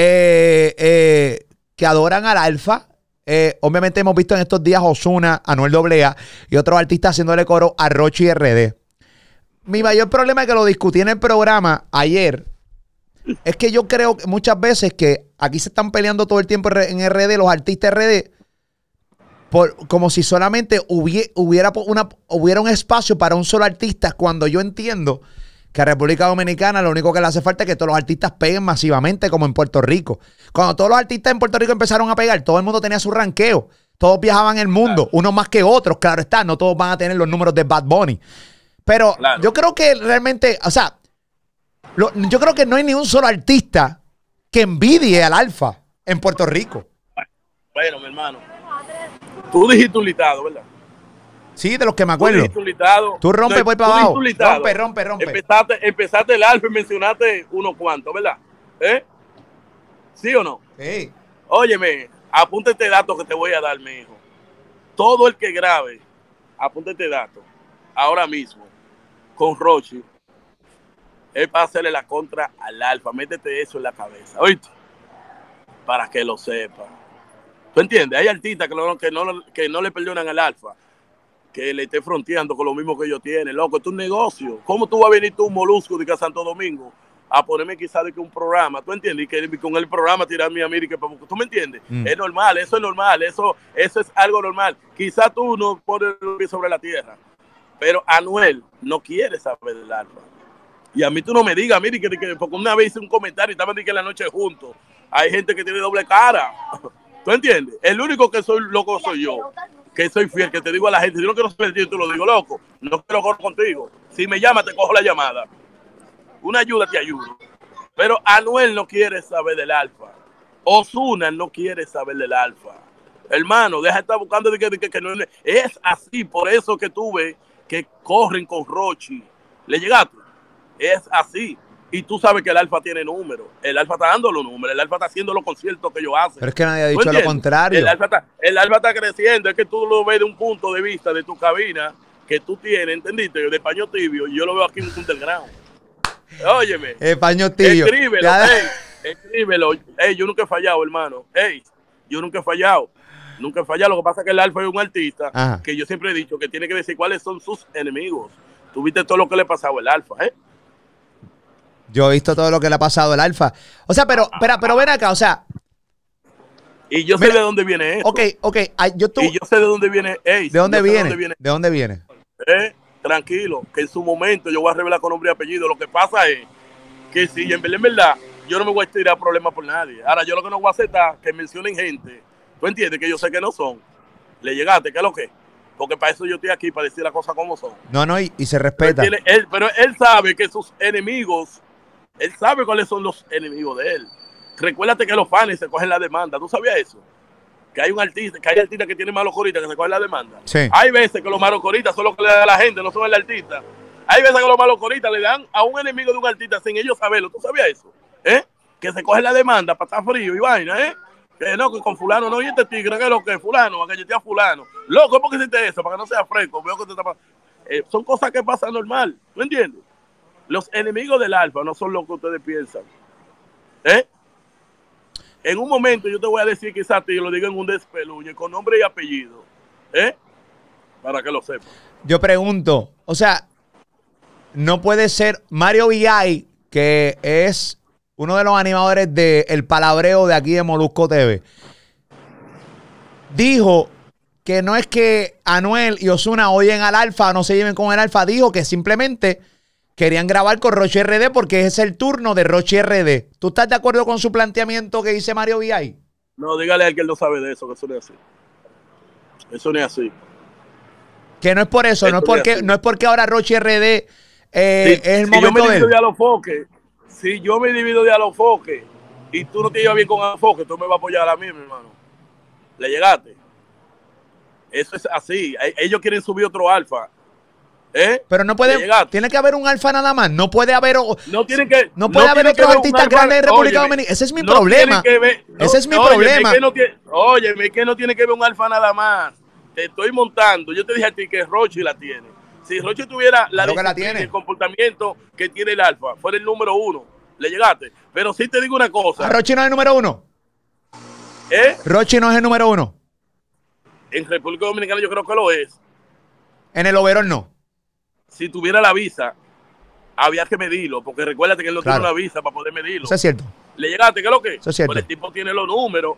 que adoran al Alfa. Obviamente hemos visto en estos días Ozuna, Anuel AA y otros artistas haciéndole coro a Rochi RD. Mi mayor problema es que lo discutí en el programa ayer. Es que yo creo que muchas veces que aquí se están peleando todo el tiempo en RD, los artistas RD, como si solamente hubiera un espacio para un solo artista, cuando yo entiendo que a República Dominicana lo único que le hace falta es que todos los artistas peguen masivamente como en Puerto Rico. Cuando todos los artistas en Puerto Rico empezaron a pegar, todo el mundo tenía su ranqueo. Todos viajaban el mundo, unos más que otros, claro está, no todos van a tener los números de Bad Bunny. Pero yo creo que realmente, o sea, yo creo que no hay ni un solo artista que envidie al Alfa en Puerto Rico. Bueno, mi hermano, tú dijiste un listado, ¿verdad? Sí, de los que me acuerdo. Tú dijiste un listado. Tú rompe, voy para abajo. Rompe. Empezaste el Alfa y mencionaste unos cuantos, ¿verdad? ¿Sí o no? Sí. Óyeme, apunta este dato que te voy a dar, mi hijo. Todo el que grabe, apunta este dato, ahora mismo, con Rochi, es para hacerle la contra al Alfa. Métete eso en la cabeza, ¿oíste? Para que lo sepa. ¿Tú entiendes? Hay artistas que no le perdonan al Alfa, que le esté fronteando con lo mismo que ellos tienen. Loco, esto es un negocio. ¿Cómo tú vas a venir tú, Molusco, de Santo Domingo, a ponerme quizás de que un programa? ¿Tú entiendes? Y que con el programa tirarme a mí. ¿Tú me entiendes? Es normal, eso es normal. Eso es algo normal. Quizás tú no pones los pies sobre la tierra, pero Anuel no quiere saber del Alfa. Y a mí tú no me digas, mire, porque una vez hice un comentario y estaban que la noche juntos. Hay gente que tiene doble cara. ¿Tú entiendes? El único que soy loco soy yo, que soy fiel, que te digo a la gente, yo no quiero saber de ti, te lo digo, loco, no quiero correr contigo. Si me llama, te cojo la llamada. Una ayuda, te ayudo. Pero Anuel no quiere saber del Alfa. Ozuna no quiere saber del Alfa. Hermano, deja de estar buscando de que no es así. Por eso que tú ves que corren con Rochi. ¿Le llegaste? Es así. Y tú sabes que el Alfa tiene números. El Alfa está dando los números. El Alfa está haciendo los conciertos que ellos hacen. Pero es que nadie ha dicho lo contrario. El Alfa está creciendo. Es que tú lo ves de un punto de vista de tu cabina que tú tienes, ¿entendiste? De paño tibio. Y yo lo veo aquí en un underground. Óyeme. Paño tibio. Escríbelo. Escríbelo. Ey, yo nunca he fallado, hermano. Ey, yo nunca he fallado. Nunca he fallado. Lo que pasa es que el Alfa es un artista Ajá. que yo siempre he dicho que tiene que decir cuáles son sus enemigos. Tú viste todo lo que le pasaba al Alfa, ¿eh? Yo he visto todo lo que le ha pasado al Alfa. O sea, pero ven acá, o sea. Y yo sé Mira, de dónde viene eso. Ok. Y yo sé de dónde viene. Ey, ¿De dónde viene? ¿De dónde viene? Tranquilo, que en su momento yo voy a revelar con nombre y apellido. Lo que pasa es que si en verdad, yo no me voy a tirar problemas por nadie. Ahora, yo lo que no voy a aceptar que mencionen gente, tú entiendes, que yo sé que no son. Le llegaste, ¿qué es lo que? Porque para eso yo estoy aquí, para decir las cosas como son. No, y se respeta. Pero él sabe que sus enemigos, él sabe cuáles son los enemigos de él. Recuérdate que los fans se cogen la demanda. ¿Tú sabías eso? Que hay artistas que tienen malos coritas que se cogen la demanda. Sí. Hay veces que los malos coritas son los que le dan a la gente, no son el artista. Hay veces que los malos coritas le dan a un enemigo de un artista sin ellos saberlo. ¿Tú sabías eso? Que se coge la demanda para estar frío y vaina, Que no, que con fulano no, y este tigre, que lo que fulano, a que yo a fulano. Loco, ¿por qué hiciste eso? Para que no sea fresco. Veo que te está son cosas que pasan normal. ¿Tú entiendes? Los enemigos del Alfa no son lo que ustedes piensan. En un momento yo te voy a decir, quizás a ti lo diga en un despeluñe con nombre y apellido, para que lo sepas. Yo pregunto, o sea, no puede ser Mario VI, que es uno de los animadores de El Palabreo de aquí de Molusco TV, dijo que no es que Anuel y Ozuna odien al Alfa, no se lleven con el Alfa, dijo que simplemente querían grabar con Rochi RD porque es el turno de Rochi RD. ¿Tú estás de acuerdo con su planteamiento que dice Mario VI? No, dígale a él que él no sabe de eso, que eso no es así. Eso no es así. Que no es por eso, no es porque ahora Rochi RD es el momento de él. Si yo me divido de Alofoque y tú no te llevas bien con Alofoque, tú me vas a apoyar a mí, mi hermano. ¿Le llegaste? Eso es así. Ellos quieren subir otro Alfa. Pero no puede, tiene que haber un Alfa nada más. No puede haber, no puede haber otros artistas grandes en República Dominicana. Ese es mi problema. Ese es mi problema. Óyeme, es que no tiene que ver un Alfa nada más. Te estoy montando. Yo te dije a ti que Rochi la tiene. Si Rochi tuviera la disciplina y el comportamiento que tiene el Alfa, fuera el número 1. Le llegaste. Pero sí te digo una cosa. Rochi no es el número 1. Rochi no es el número 1. En República Dominicana yo creo que lo es. En el overall no. Si tuviera la visa, había que medirlo, porque recuérdate que él no tiene una visa para poder medirlo. Eso es cierto. ¿Le llegaste? ¿Qué es lo que? Eso es cierto. Pero el tipo tiene los números,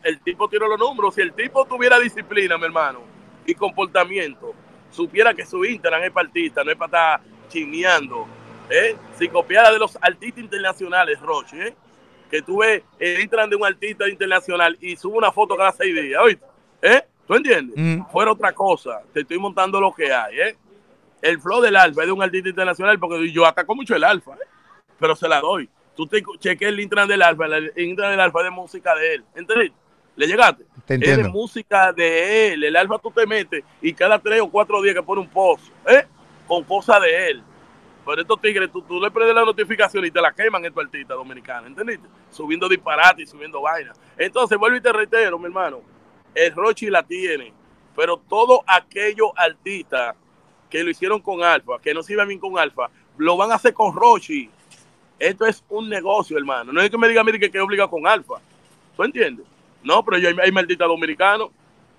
Si el tipo tuviera disciplina, mi hermano, y comportamiento, supiera que su Instagram es para artista, no es para estar chismeando, si copiara de los artistas internacionales, Rochi, que tú ves el Instagram de un artista internacional y sube una foto cada 6 días, ¿oíste? ¿Tú entiendes? Fuera otra cosa, te estoy montando lo que hay, El flow del Alfa es de un artista internacional, porque yo ataco mucho el Alfa, pero se la doy. Tú te cheques el Instagram del Alfa, el Instagram del Alfa es de música de él, ¿entendés? ¿Le llegaste? Te entiendo. Es de música de él. El Alfa tú te metes y cada 3 o 4 días que pone un post, con cosas de él. Pero estos tigres, tú le prendes la notificación y te la queman estos artistas dominicanos, ¿entendiste? Subiendo disparates y subiendo vainas. Entonces, vuelvo y te reitero, mi hermano, el Rochi la tiene, pero todos aquellos artistas que lo hicieron con Alfa, que no se iban bien con Alfa, lo van a hacer con Rochi. Esto es un negocio, hermano. No es que me diga, mire, que obliga con Alfa. ¿Tú entiendes? No, pero hay maldita dominicano.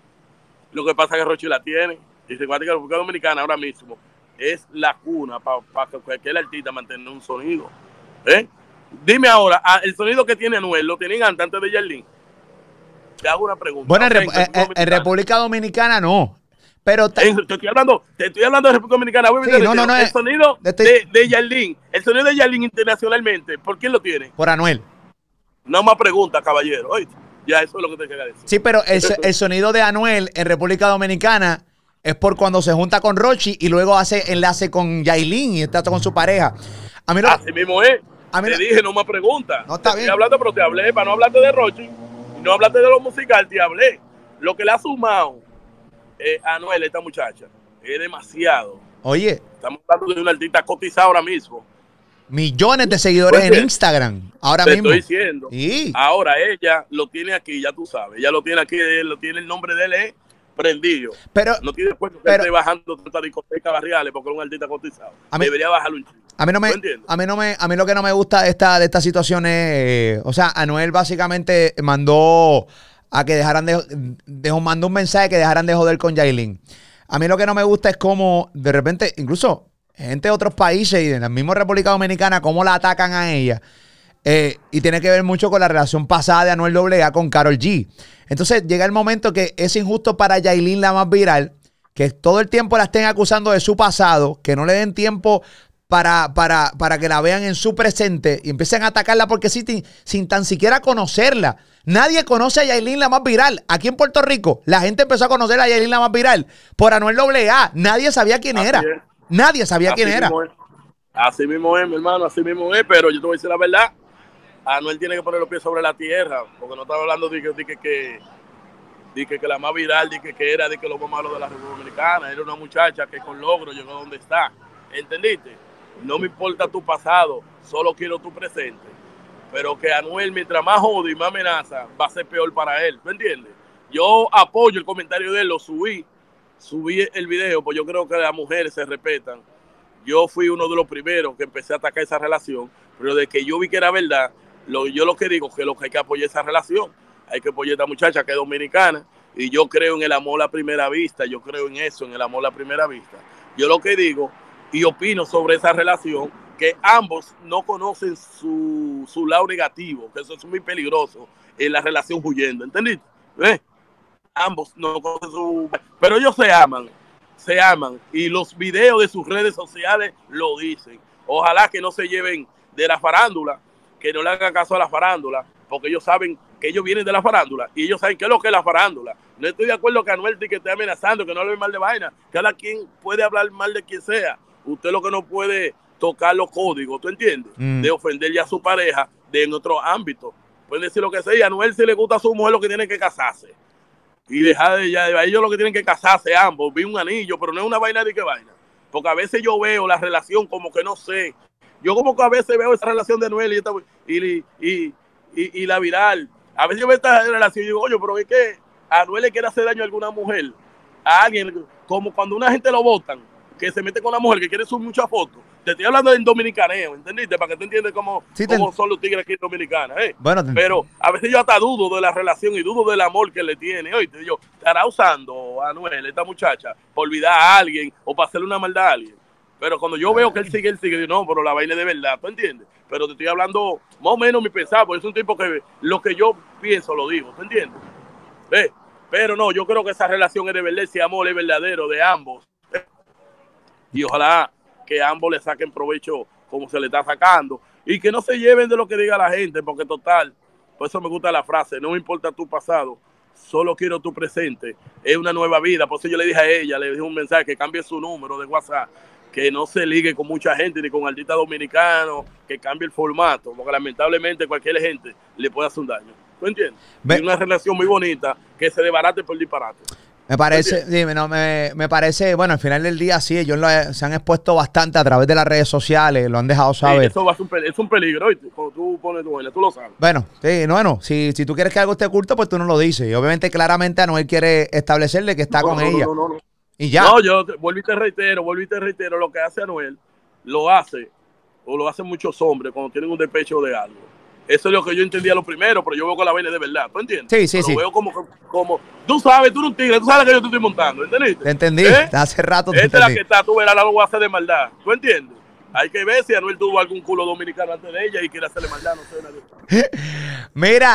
Lo que pasa es que Rochi la tiene. Y se cuenta que la República Dominicana ahora mismo es la cuna para que cualquier artista mantenga un sonido. Dime ahora, el sonido que tiene Anuel, ¿lo tienen antes de Yailin? Te hago una pregunta. Bueno, en República Dominicana no. Pero te estoy hablando de República Dominicana. Sí, no, el sonido de Yailin, el sonido de Yailin internacionalmente, ¿por quién lo tiene? Por Anuel. No más preguntas, caballero. ¿Oíste? Ya, eso es lo que te quería decir. Sí, pero el sonido de Anuel en República Dominicana es por cuando se junta con Rochi y luego hace enlace con Yailin y está con su pareja. A mí así mismo es. Te dije, no más preguntas. No está bien. Estoy hablando, pero te hablé, para no hablarte de Rochi, no hablarte de lo musical, te hablé. Lo que le ha sumado a Anuel, esta muchacha, es demasiado. Oye. Estamos hablando de un artista cotizado ahora mismo. Millones de seguidores en Instagram. Ahora mismo. Te estoy diciendo. Sí. Ahora ella lo tiene aquí, ya tú sabes. Ella lo tiene aquí, lo tiene el nombre de él prendido. Pero no tiene puesto que esté bajando tantas discotecas barriales porque es un artista cotizado. Debería bajarlo un chico. A mí no me, ¿Tú entiendes? a mí lo que no me gusta de esta situación es, o sea, Anuel básicamente mandó a que mandó un mensaje que dejaran de joder con Yailin. A mí lo que no me gusta es cómo de repente, incluso gente de otros países y de la misma República Dominicana, cómo la atacan a ella. Y tiene que ver mucho con la relación pasada de Anuel AA con Karol G. Entonces llega el momento que es injusto para Yailin, la más viral, que todo el tiempo la estén acusando de su pasado, que no le den tiempo para que la vean en su presente y empiecen a atacarla porque sin tan siquiera conocerla. Nadie conoce a Yailin, la más viral. Aquí en Puerto Rico, la gente empezó a conocer a Yailin, la más viral, por Anuel AA. Nadie sabía quién Así era. es. Nadie sabía quién era. Así mismo es, mi hermano, así mismo es, pero yo te voy a decir la verdad. Anuel tiene que poner los pies sobre la tierra, porque no estaba hablando de que la más viral, de que era de que lo más malo de la República Dominicana. Era una muchacha que con logro llegó a donde está. ¿Entendiste? No me importa tu pasado, solo quiero tu presente. Pero que Anuel, mientras más jode y más amenaza, va a ser peor para él. ¿Me entiendes? Yo apoyo el comentario de él, lo subí el video, pues yo creo que las mujeres se respetan. Yo fui uno de los primeros que empecé a atacar esa relación, pero de que yo vi que era verdad, yo lo que digo es que lo que hay que apoyar esa relación. Hay que apoyar a esta muchacha que es dominicana, y yo creo en el amor a primera vista, yo creo en eso, en el amor a primera vista. Yo lo que digo y opino sobre esa relación, que ambos no conocen su lado negativo, que eso es muy peligroso en la relación huyendo, ¿entendiste? Ambos no conocen pero ellos se aman, y los videos de sus redes sociales lo dicen. Ojalá que no se lleven de la farándula, que no le hagan caso a la farándula, porque ellos saben que ellos vienen de la farándula y ellos saben qué es lo que es la farándula. No estoy de acuerdo que Anuel que esté amenazando, que no hable mal de vaina. Cada quien puede hablar mal de quien sea. Usted lo que no puede tocar los códigos, ¿tú entiendes? De ofender ya a su pareja en otro ámbito. Pueden decir lo que sea, y a Anuel si le gusta a su mujer lo que tiene que casarse. Y dejar de ya, ellos lo que tienen que casarse ambos. Vi un anillo, pero no es una vaina de qué vaina. Porque a veces yo veo la relación como que no sé. Yo como que a veces veo esa relación de Anuel y la viral. A veces yo veo esta relación y digo, oye, pero es que Anuel le quiere hacer daño a alguna mujer. A alguien, como cuando una gente lo botan, que se mete con la mujer, que quiere subir muchas fotos. Te estoy hablando del dominicaneo, ¿entendiste? Para que tú entiendas cómo son los tigres aquí en Dominicana. Bueno, pero a veces yo hasta dudo de la relación y dudo del amor que le tiene. Oye, yo, ¿estará usando a Anuel, esta muchacha, para olvidar a alguien o para hacerle una maldad a alguien? Pero cuando yo veo que él sigue, digo, no, pero la vaina es de verdad, ¿tú entiendes? Pero te estoy hablando más o menos mi pensar, porque es un tipo que lo que yo pienso lo digo, ¿tú entiendes? Pero no, yo creo que esa relación es de verdad, ese amor es verdadero de ambos. Y ojalá que ambos le saquen provecho como se le está sacando y que no se lleven de lo que diga la gente, porque total, por eso me gusta la frase, no me importa tu pasado, solo quiero tu presente, es una nueva vida. Por eso yo le dije a ella, le dije un mensaje, que cambie su número de WhatsApp, que no se ligue con mucha gente ni con artistas dominicanos, que cambie el formato, porque lamentablemente cualquier gente le puede hacer un daño. ¿Tú entiendes? Es una relación muy bonita que se desbarate por disparate. Me parece, dime, no, me parece, bueno, al final del día sí, ellos se han expuesto bastante a través de las redes sociales, lo han dejado saber. Sí, eso es un peligro, ¿oíste? Cuando tú pones tu vaina, tú lo sabes. Bueno, sí, bueno, si tú quieres que algo esté oculto, pues tú no lo dices. Y obviamente, claramente, Anuel quiere establecerle que está con ella. No. Y ya. No, yo vuelvo y te reitero, lo que hace Anuel, lo hace muchos hombres cuando tienen un despecho de algo. Eso es lo que yo entendía lo primero, pero yo veo que la vaina es de verdad, ¿tú entiendes? Sí. Lo veo como, tú sabes, tú eres un tigre, tú sabes que yo te estoy montando, ¿entendiste? Te entendí, hace rato te entendí. Esta es la que está, tú verás, la lo voy a hacer de maldad, ¿tú entiendes? Hay que ver si Anuel tuvo algún culo dominicano antes de ella y quiere hacerle maldad, no sé nadie. Mira,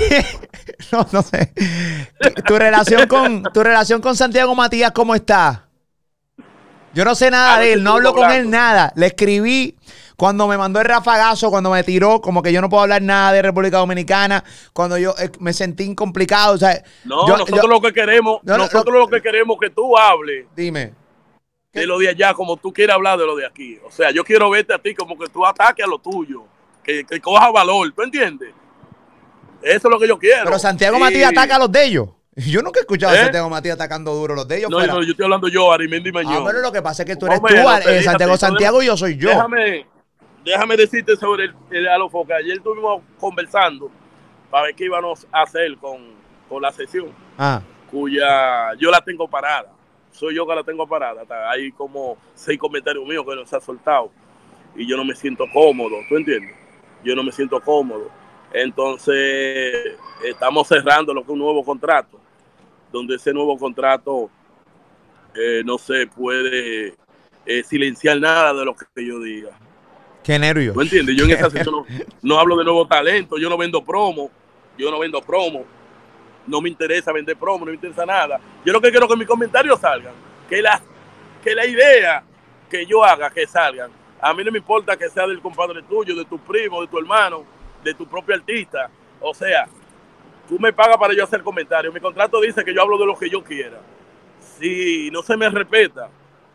no sé. Tu relación con Santiago Matías, ¿cómo está? Yo no sé nada de él, no hablo con él nada. Le escribí cuando me mandó el rafagazo, cuando me tiró, como que yo no puedo hablar nada de República Dominicana, cuando yo me sentí incomplicado. O sea, nosotros lo que queremos es que tú hables. Dime. De lo de allá, como tú quieres hablar de lo de aquí. O sea, yo quiero verte a ti como que tú ataques a lo tuyo, que coja valor, ¿tú entiendes? Eso es lo que yo quiero. Pero Santiago Matías ataca a los de ellos. Yo nunca he escuchado a Santiago Matías atacando duro los de ellos. No, yo estoy hablando yo, Arimendi Mañón. Pero lo que pasa es que tú eres Santiago y yo soy yo. Déjame decirte sobre el Alofoque. Ayer estuvimos conversando para ver qué íbamos a hacer con la sesión, cuya yo la tengo parada. Soy yo que la tengo parada. Hay como 6 comentarios míos que no se han soltado. y yo no me siento cómodo, ¿tú entiendes? Yo no me siento cómodo. Entonces, estamos cerrando lo que es un nuevo contrato, donde ese nuevo contrato no se puede silenciar nada de lo que yo diga. Qué nervios. ¿Tú entiendes? Yo en esa sesión no hablo de nuevo talento, yo no vendo promo, no me interesa vender promo, no me interesa nada. Yo lo que quiero es que mis comentarios salgan, que la idea que yo haga que salgan. A mí no me importa que sea del compadre tuyo, de tu primo, de tu hermano, de tu propio artista. O sea, tú me pagas para yo hacer comentarios. Mi contrato dice que yo hablo de lo que yo quiera. Si no se me respeta,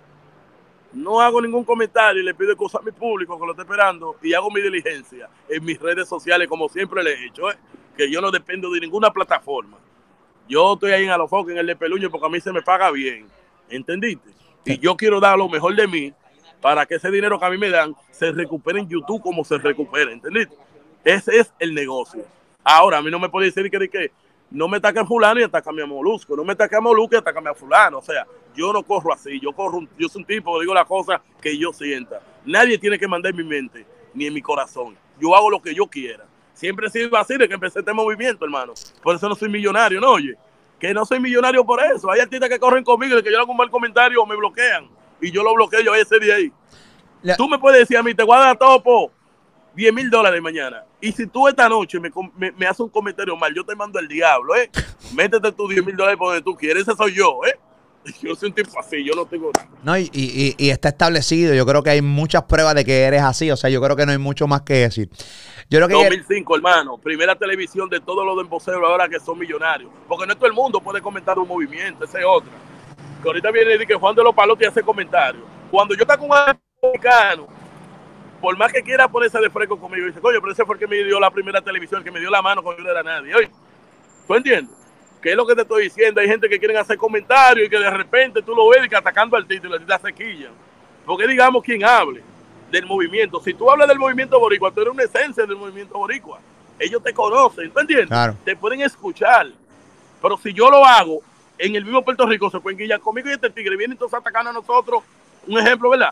no hago ningún comentario y le pido excusas a mi público que lo está esperando y hago mi diligencia en mis redes sociales como siempre le he hecho, que yo no dependo de ninguna plataforma. Yo estoy ahí en Alofoque, en el de Peluño, porque a mí se me paga bien, ¿entendiste? Y yo quiero dar lo mejor de mí para que ese dinero que a mí me dan se recupere en YouTube como se recupera, ¿entendiste? Ese es el negocio. Ahora, a mí no me puede decir que no me ataque a fulano y atácame a Molusco, no me ataque a Molusco y atácame a fulano. O sea, yo no corro así, yo soy un tipo que digo las cosas que yo sienta. Nadie tiene que mandar en mi mente ni en mi corazón. Yo hago lo que yo quiera. Siempre he sido así desde que empecé este movimiento, hermano. Por eso no soy millonario, ¿no? Oye, que no soy millonario por eso. Hay artistas que corren conmigo y de que yo hago un mal comentario o me bloquean. Y yo lo bloqueo, yo ese día ahí. Tú me puedes decir a mí, te voy a dar todo por $10,000 mañana. Y si tú esta noche me haces un comentario mal, yo te mando al diablo, Métete tus $10,000 por donde tú quieres. Ese soy yo, Yo soy un tipo así, yo no tengo nada. No, y está establecido. Yo creo que hay muchas pruebas de que eres así. O sea, yo creo que no hay mucho más que decir. Yo creo que 2005, hermano. Primera televisión de todos los de emboceros ahora que son millonarios. Porque no todo el mundo puede comentar un movimiento. Esa es otra. Que ahorita viene y dice que Juan de los Palotes hace comentarios. Cuando yo está con un americano, por más que quiera ponerse de fresco conmigo, dice, coño, pero ese fue el que me dio la primera televisión, el que me dio la mano cuando yo no era nadie. Oye, ¿tú entiendes? ¿Qué es lo que te estoy diciendo? Hay gente que quieren hacer comentarios y que de repente tú lo ves y que atacando al título y la sequilla. Porque digamos quien hable del movimiento. Si tú hablas del movimiento boricua, tú eres una esencia del movimiento boricua. Ellos te conocen, ¿tú entiendes? Claro. Te pueden escuchar. Pero si yo lo hago en el mismo Puerto Rico, se pueden guillar conmigo y este tigre viene entonces atacando a nosotros. Un ejemplo, ¿verdad?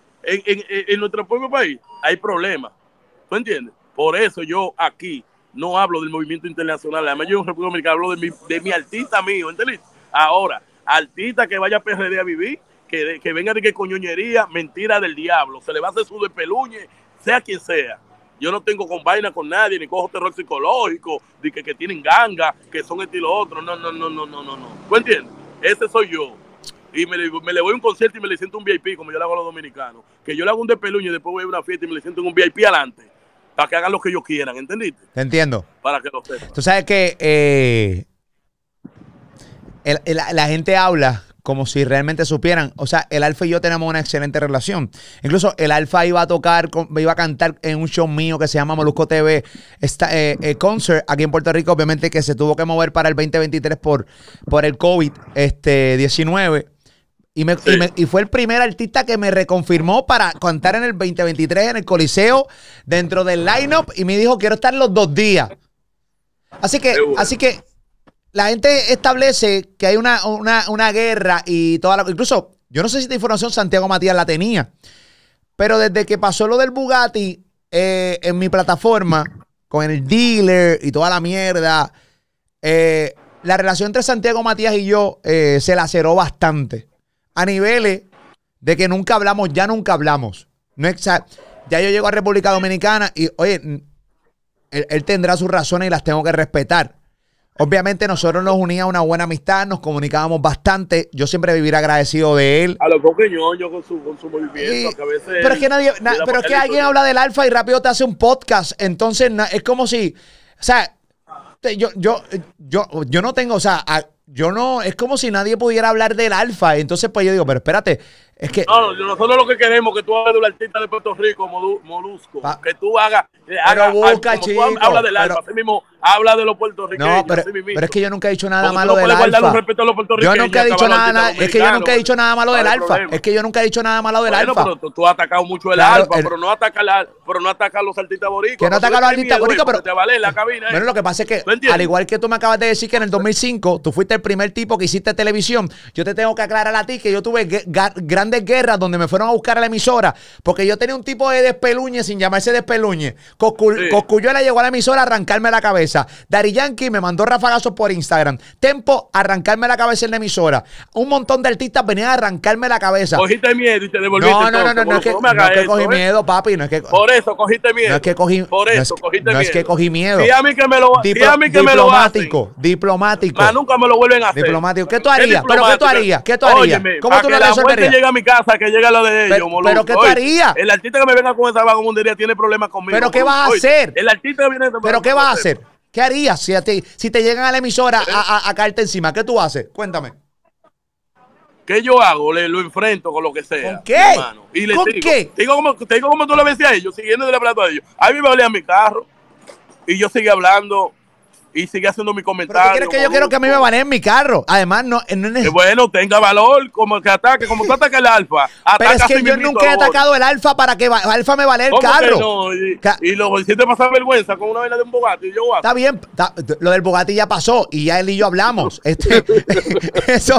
En nuestro propio país hay problemas. ¿Tú entiendes? Por eso yo aquí no hablo del movimiento internacional. Además, yo en República Dominicana hablo de mi artista mío, ¿entendés? Ahora, artista que vaya a PRD a vivir, que venga de que coñoñería, mentira del diablo. Se le va a hacer su despeluñe, sea quien sea. Yo no tengo con vaina con nadie, ni cojo terror psicológico, de que tienen ganga, que son esto y lo otro. No. ¿Tú entiendes? Ese soy yo. Y me le voy a un concierto y me le siento un VIP, como yo le hago a los dominicanos. Que yo le hago un despeluño y después voy a una fiesta y me le siento en un VIP adelante. Para que hagan lo que ellos quieran, ¿entendiste? Te entiendo. Para que lo sepan. Tú sabes que la gente habla como si realmente supieran. O sea, el Alfa y yo tenemos una excelente relación. Incluso el Alfa iba a cantar en un show mío que se llama Molusco TV Concert aquí en Puerto Rico. Obviamente que se tuvo que mover para el 2023 por el COVID-19. Y fue el primer artista que me reconfirmó para cantar en el 2023 en el Coliseo dentro del line-up y me dijo, quiero estar los 2 días. Así que la gente establece que hay una guerra y toda la... Incluso, yo no sé si esta información Santiago Matías la tenía, pero desde que pasó lo del Bugatti en mi plataforma, con el dealer y toda la mierda, la relación entre Santiago Matías y yo se laceró bastante. A niveles de que nunca hablamos, ya nunca hablamos. No es, ya yo llego a República Dominicana y, oye, él tendrá sus razones y las tengo que respetar. Obviamente nosotros nos unía una buena amistad, nos comunicábamos bastante. Yo siempre viviré agradecido de él. A lo pequeño con su movimiento, que a veces... Pero es que alguien habla del Alfa y rápido te hace un podcast. Entonces es como si... O sea, yo no tengo... O sea, yo no... Es como si nadie pudiera hablar del Alfa. Entonces pues yo digo, pero espérate... Es que... No, nosotros lo que queremos es que tú hagas del artista de Puerto Rico, Molusco. Que tú hagas... Pero busca, chico. Habla del Alfa. Así mismo habla de los puertorriqueños. No, pero es que yo nunca he dicho nada malo del Alfa. Yo nunca he dicho nada, es que yo nunca he dicho nada malo del Alfa. Es que yo nunca he dicho nada malo del Alfa. Pero tú has atacado mucho el Alfa, pero no atacas a los artistas boricuas. Que no ataca a los artistas boricuas, pero te vale la cabina. Bueno, lo que pasa es que, al igual que tú me acabas de decir que en el 2005 tú fuiste el primer tipo que hiciste televisión, yo te tengo que aclarar a ti que yo tuve grandes guerras donde me fueron a buscar a la emisora, porque yo tenía un tipo de despeluñe sin llamarse despeluñe. Cosculluela llegó a la emisora a arrancarme la cabeza. Daddy Yankee me mandó rafagazos por Instagram. Tempo, arrancarme la cabeza en la emisora. Un montón de artistas venían a arrancarme la cabeza. Cogiste miedo y te devolviste. No es que cogí miedo, papi. No es que, por eso cogiste miedo. No es que cogí, no es que cogí miedo. Y a mí que me lo Diplomático. Más nunca me lo vuelven a hacer. Diplomático. ¿Qué tú harías? ¿Pero qué tú harías? ¿Qué tú harías? Óyeme, ¿Cómo tú lo resolverías? Que llega a mi casa, que llega lo de ellos, pero ¿qué tú harías? El artista que me venga con esa vagabundería tiene problemas conmigo. ¿Pero qué vas a hacer? El artista que viene... ¿Pero qué vas a hacer? ¿Qué harías si te llegan a la emisora a caerte encima? ¿Qué tú haces? Cuéntame. ¿Qué yo hago? Lo enfrento con lo que sea. ¿Con qué? Hermano. Y ¿Con qué? Te digo como tú le ves a ellos, siguiendo de plato a ellos. A mí me valía mi carro y yo seguía hablando y seguía haciendo mi comentario. ¿Pero tú quieres que yo quiero que a mí me baleen mi carro? Además, no es... Bueno, tenga valor, como que ataque, como tú atacas el Alfa. Pero es que yo nunca he atacado el Alfa para que Alfa me balee el carro. No? Y lo hiciste pasar vergüenza con una vaina de un Bugatti. Está bien, lo del Bugatti ya pasó y ya él y yo hablamos. Eso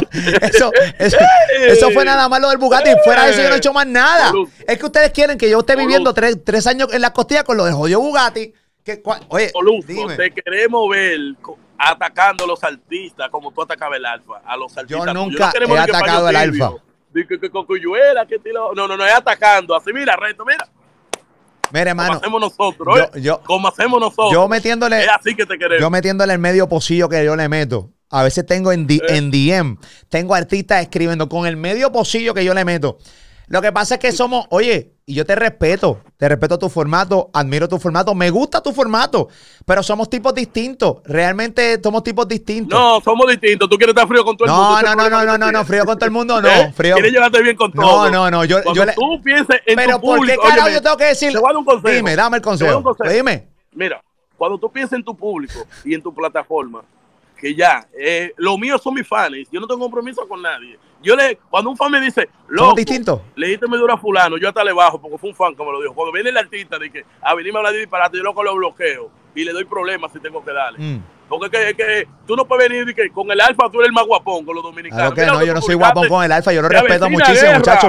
fue nada más lo del Bugatti. Fuera de eso yo no he hecho más nada. Es que ustedes quieren que yo esté viviendo 3 años en las costillas con lo del jodido Bugatti. Oye, dime. Te queremos ver atacando a los artistas como tú atacabas el Alfa. A los artistas. Yo nunca he atacado al Alfa. Que Cocuyuela, que no es atacando. Así, mira, reto, mira. Mira, hermano. Como hacemos nosotros, como hacemos nosotros. Yo metiéndole. Es así que te queremos. Yo metiéndole el medio pocillo que yo le meto. A veces tengo en DM. Tengo artistas escribiendo con el medio pocillo que yo le meto. Lo que pasa es que somos, oye, y yo te respeto tu formato, admiro tu formato, me gusta tu formato, pero somos tipos distintos, realmente somos tipos distintos. No, somos distintos, tú quieres estar frío con todo el mundo. No, frío con todo el mundo no, frío. Quieres llevarte bien con todo. No, tú pienses en pero tu público. Pero ¿por qué carajo yo tengo que decir? Te voy a dar un consejo. Dime, dame el consejo. Dime. Mira, cuando tú piensas en tu público y en tu plataforma, que ya, lo mío son mis fans, yo no tengo compromiso con nadie. Cuando un fan me dice, loco, le diste medio a fulano, yo hasta le bajo porque fue un fan que me lo dijo. Cuando viene el artista de que a venirme a hablar de disparate, yo loco lo bloqueo y le doy problemas si tengo que darle. Porque es que tú no puedes venir y que con el Alfa tú eres el más guapón con los dominicanos. Claro que yo no soy guapón con el Alfa, yo lo respeto muchísimo, muchachos.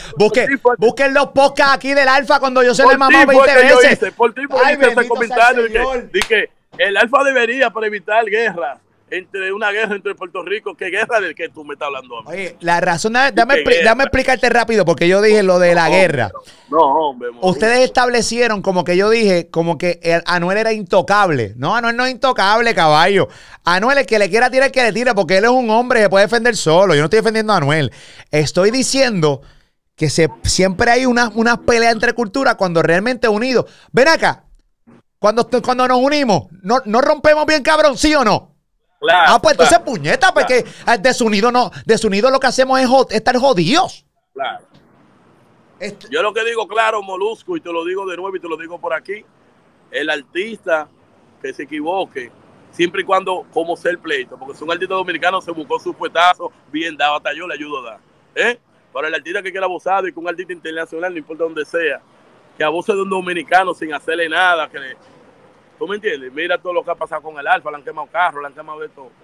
Busquen los podcasts aquí del Alfa cuando yo se le mamó 20 veces. Por ti, ese comentario de que el Alfa debería para evitar guerras. Una guerra entre Puerto Rico, ¿qué guerra del que tú me estás hablando? Oye, la razón, dame explicarte rápido, porque yo dije lo de la guerra. No, hombre. Ustedes establecieron como que yo dije, como que Anuel era intocable. No, Anuel no es intocable, caballo. Anuel, el que le quiera tirar, que le tire, porque él es un hombre, se puede defender solo. Yo no estoy defendiendo a Anuel. Estoy diciendo que siempre hay unas peleas entre culturas cuando realmente unidos. Ven acá, cuando nos unimos, ¿no rompemos bien, cabrón, sí o no? Claro, pues entonces puñeta, porque desunido lo que hacemos es estar jodidos. Claro. Yo lo que digo, claro, Molusco, y te lo digo de nuevo y te lo digo por aquí, el artista que se equivoque, siempre y cuando como ser pleito, porque si un artista dominicano se buscó su puestazo bien dado, hasta yo le ayudo a dar. Pero el artista que quiera abusar y que un artista internacional, no importa donde sea, que abuse de un dominicano sin hacerle nada, ¿tú me entiendes? Mira todo lo que ha pasado con el Alfa, le han quemado carros, le han quemado de todo.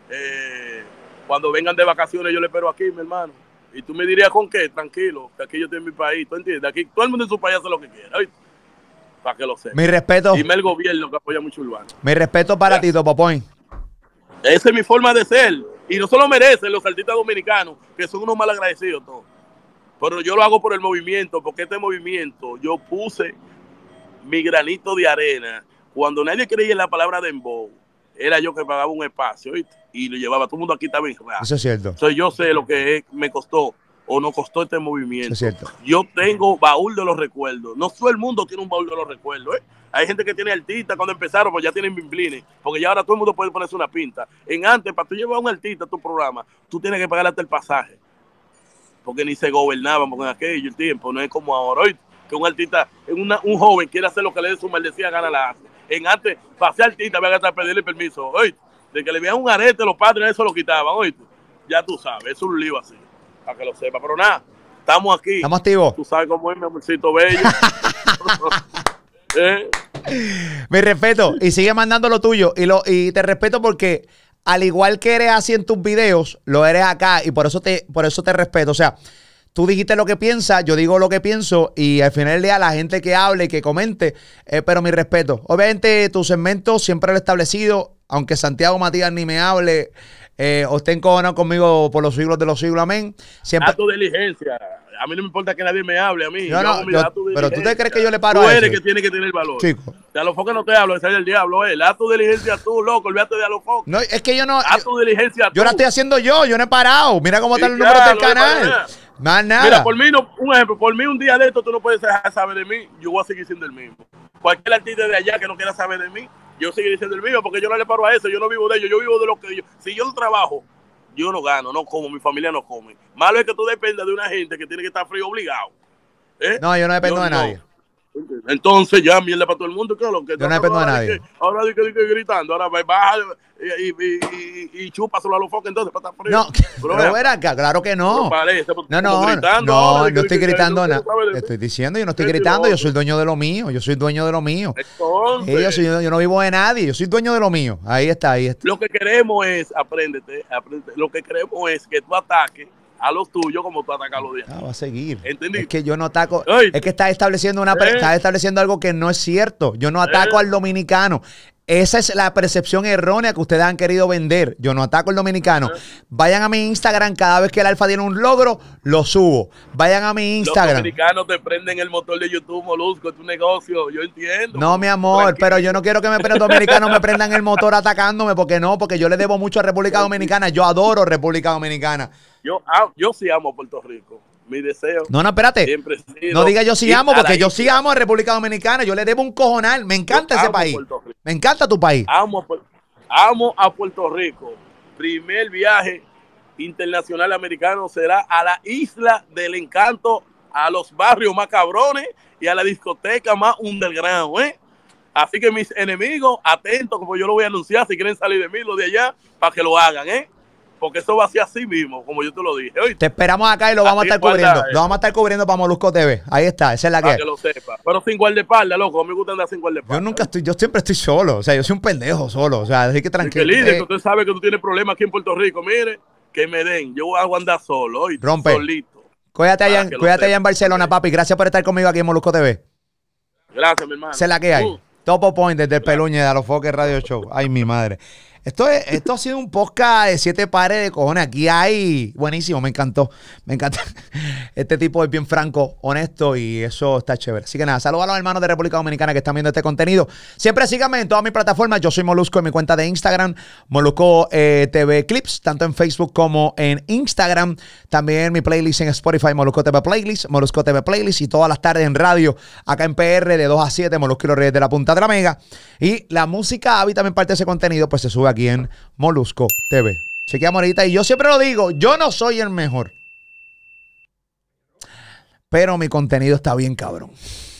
Cuando vengan de vacaciones yo le espero aquí, mi hermano. Y tú me dirías con qué, tranquilo, que aquí yo estoy en mi país, ¿tú entiendes? Aquí todo el mundo en su país hace lo que quiera, ¿oíste? Para que lo sepa. Mi respeto. Dime el gobierno que apoya mucho Urbano. Mi respeto para ti, Topo Point. Esa es mi forma de ser. Y no solo merecen los artistas dominicanos, que son unos mal agradecidos todos. Pero yo lo hago por el movimiento, porque este movimiento yo puse mi granito de arena. Cuando nadie creía en la palabra dembow, era yo que pagaba un espacio, ¿viste? Y lo llevaba. Todo el mundo aquí está bien. Eso es cierto. Entonces yo sé lo que me costó o no costó este movimiento. Eso es cierto. Yo tengo baúl de los recuerdos. No todo el mundo tiene un baúl de los recuerdos, ¿eh? Hay gente que tiene artistas cuando empezaron, pues ya tienen bimblines, porque ya ahora todo el mundo puede ponerse una pinta. En antes, para tú llevar a un artista a tu programa, tú tienes que pagar hasta el pasaje, porque ni se gobernaban, porque en aquello el tiempo no es como ahora, ¿oíste? Que un artista, un joven quiere hacer lo que le dé su maldecida gana la hace. en antes, para ser artista, había que hasta pedirle permiso. Oye, de que le veían un arete, los padres eso lo quitaban, oye. Ya tú sabes, es un lío así, para que lo sepa. Pero nada, estamos aquí. Estamos activos. Tú sabes cómo es, mi amorcito bello. Mi respeto. Y sigue mandando lo tuyo. Y te respeto porque, al igual que eres así en tus videos, lo eres acá. Y por eso te respeto. O sea, tú dijiste lo que piensas, yo digo lo que pienso. Y al final del día, la gente que hable, que comente. Pero mi respeto. Obviamente, tu segmento siempre lo he establecido. Aunque Santiago Matías ni me hable, o esté encojonado conmigo por los siglos de los siglos, amén. Siempre... A tu diligencia. A mí no me importa que nadie me hable, a mí. Pero tú te crees que yo le paro a eso. Tú eres que tiene que tener valor. Chico. De Alofoque no te hablo, ese es el diablo, él. Haz tu diligencia tú, loco, olvídate de Alofoque. No, es que yo no... Haz tu diligencia tú. Yo la estoy haciendo yo no he parado. Mira cómo están los números del canal. Más nada. Mira, por mí, un ejemplo, por mí un día de esto tú no puedes dejar de saber de mí, yo voy a seguir siendo el mismo. Cualquier artista de allá que no quiera saber de mí, yo seguiré siendo el mismo, porque yo no le paro a eso, yo no vivo de ellos, yo vivo de lo que yo... Si yo no trabajo, yo no gano, no como, mi familia no come. Malo es que tú dependas de una gente que tiene que estar frío obligado. No, yo no dependo de nadie. Entonces ya mierda para todo el mundo. Lo que yo no dependo de nadie. Ahora di que gritando, ahora baja y chúpaselo a los focos entonces para estar frío. No, pero ver acá, claro que no. No estoy gritando nada. Estoy diciendo, yo no estoy gritando, yo soy el dueño de lo mío, yo soy dueño de lo mío. Entonces, yo no vivo de nadie, yo soy dueño de lo mío. Ahí está. Lo que queremos es, apréndete. Lo que queremos es que tú ataques a los tuyos como tú atacas a los de va a seguir. ¿Entendí? Es que yo no ataco. Es que estás estableciendo estás estableciendo algo que no es cierto. Yo no ataco al dominicano. Esa es la percepción errónea que ustedes han querido vender. Yo no ataco al dominicano. Vayan a mi Instagram, cada vez que el Alfa tiene un logro, lo subo. Vayan a mi Instagram. Los dominicanos te prenden el motor de YouTube, Molusco, es tu negocio, yo entiendo. No, mi amor, tranquilo. Pero yo no quiero que los dominicanos me prendan el motor atacándome, porque yo le debo mucho a República Dominicana. Yo adoro República Dominicana. Yo sí amo a Puerto Rico. Mi deseo. No, espérate. No diga yo sí amo, porque yo sí amo a República Dominicana. Yo le debo un cojonal. Me encanta ese país. Me encanta tu país. Amo a Puerto Rico. Primer viaje internacional americano será a la Isla del Encanto, a los barrios más cabrones y a la discoteca más underground, Así que mis enemigos, atentos, como yo lo voy a anunciar, si quieren salir de mí, los de allá, para que lo hagan, Porque eso va a ser así mismo, como yo te lo dije. Oye, te esperamos acá y lo vamos a estar cubriendo. Lo vamos a estar cubriendo para Molusco TV. Ahí está, esa es la para que lo sepa. Pero sin guardaespaldas, loco. A mí me gusta andar sin guardaespaldas. Yo siempre estoy solo. O sea, yo soy un pendejo solo. O sea, así que tranquilo. Líder, que usted sabe que tú tienes problemas aquí en Puerto Rico. Mire, que me den. Yo voy a andar solo. Oye, rompe. Solito. Cuídate allá en Barcelona, papi. Gracias por estar conmigo aquí en Molusco TV. Gracias, mi hermano. Esa es la que hay. Topo Point desde el Peluñe de Alofoque Radio Show. Ay, mi madre. Esto ha sido un podcast de 7 pares de cojones. Aquí hay... Buenísimo, me encantó. Me encanta. Este tipo es bien franco, honesto y eso está chévere. Así que nada, saludos a los hermanos de República Dominicana que están viendo este contenido. Siempre síganme en todas mis plataformas. Yo soy Molusco en mi cuenta de Instagram, Molusco TV Clips, tanto en Facebook como en Instagram. También mi playlist en Spotify, Molusco TV Playlist, Molusco TV Playlist y todas las tardes en radio, acá en PR de 2 a 7, Molusco y los Reyes de la Punta de la Mega. Y la música Avi también parte de ese contenido, pues se sube aquí en Molusco TV. Chequeamos ahorita y yo siempre lo digo, yo no soy el mejor, pero mi contenido está bien cabrón.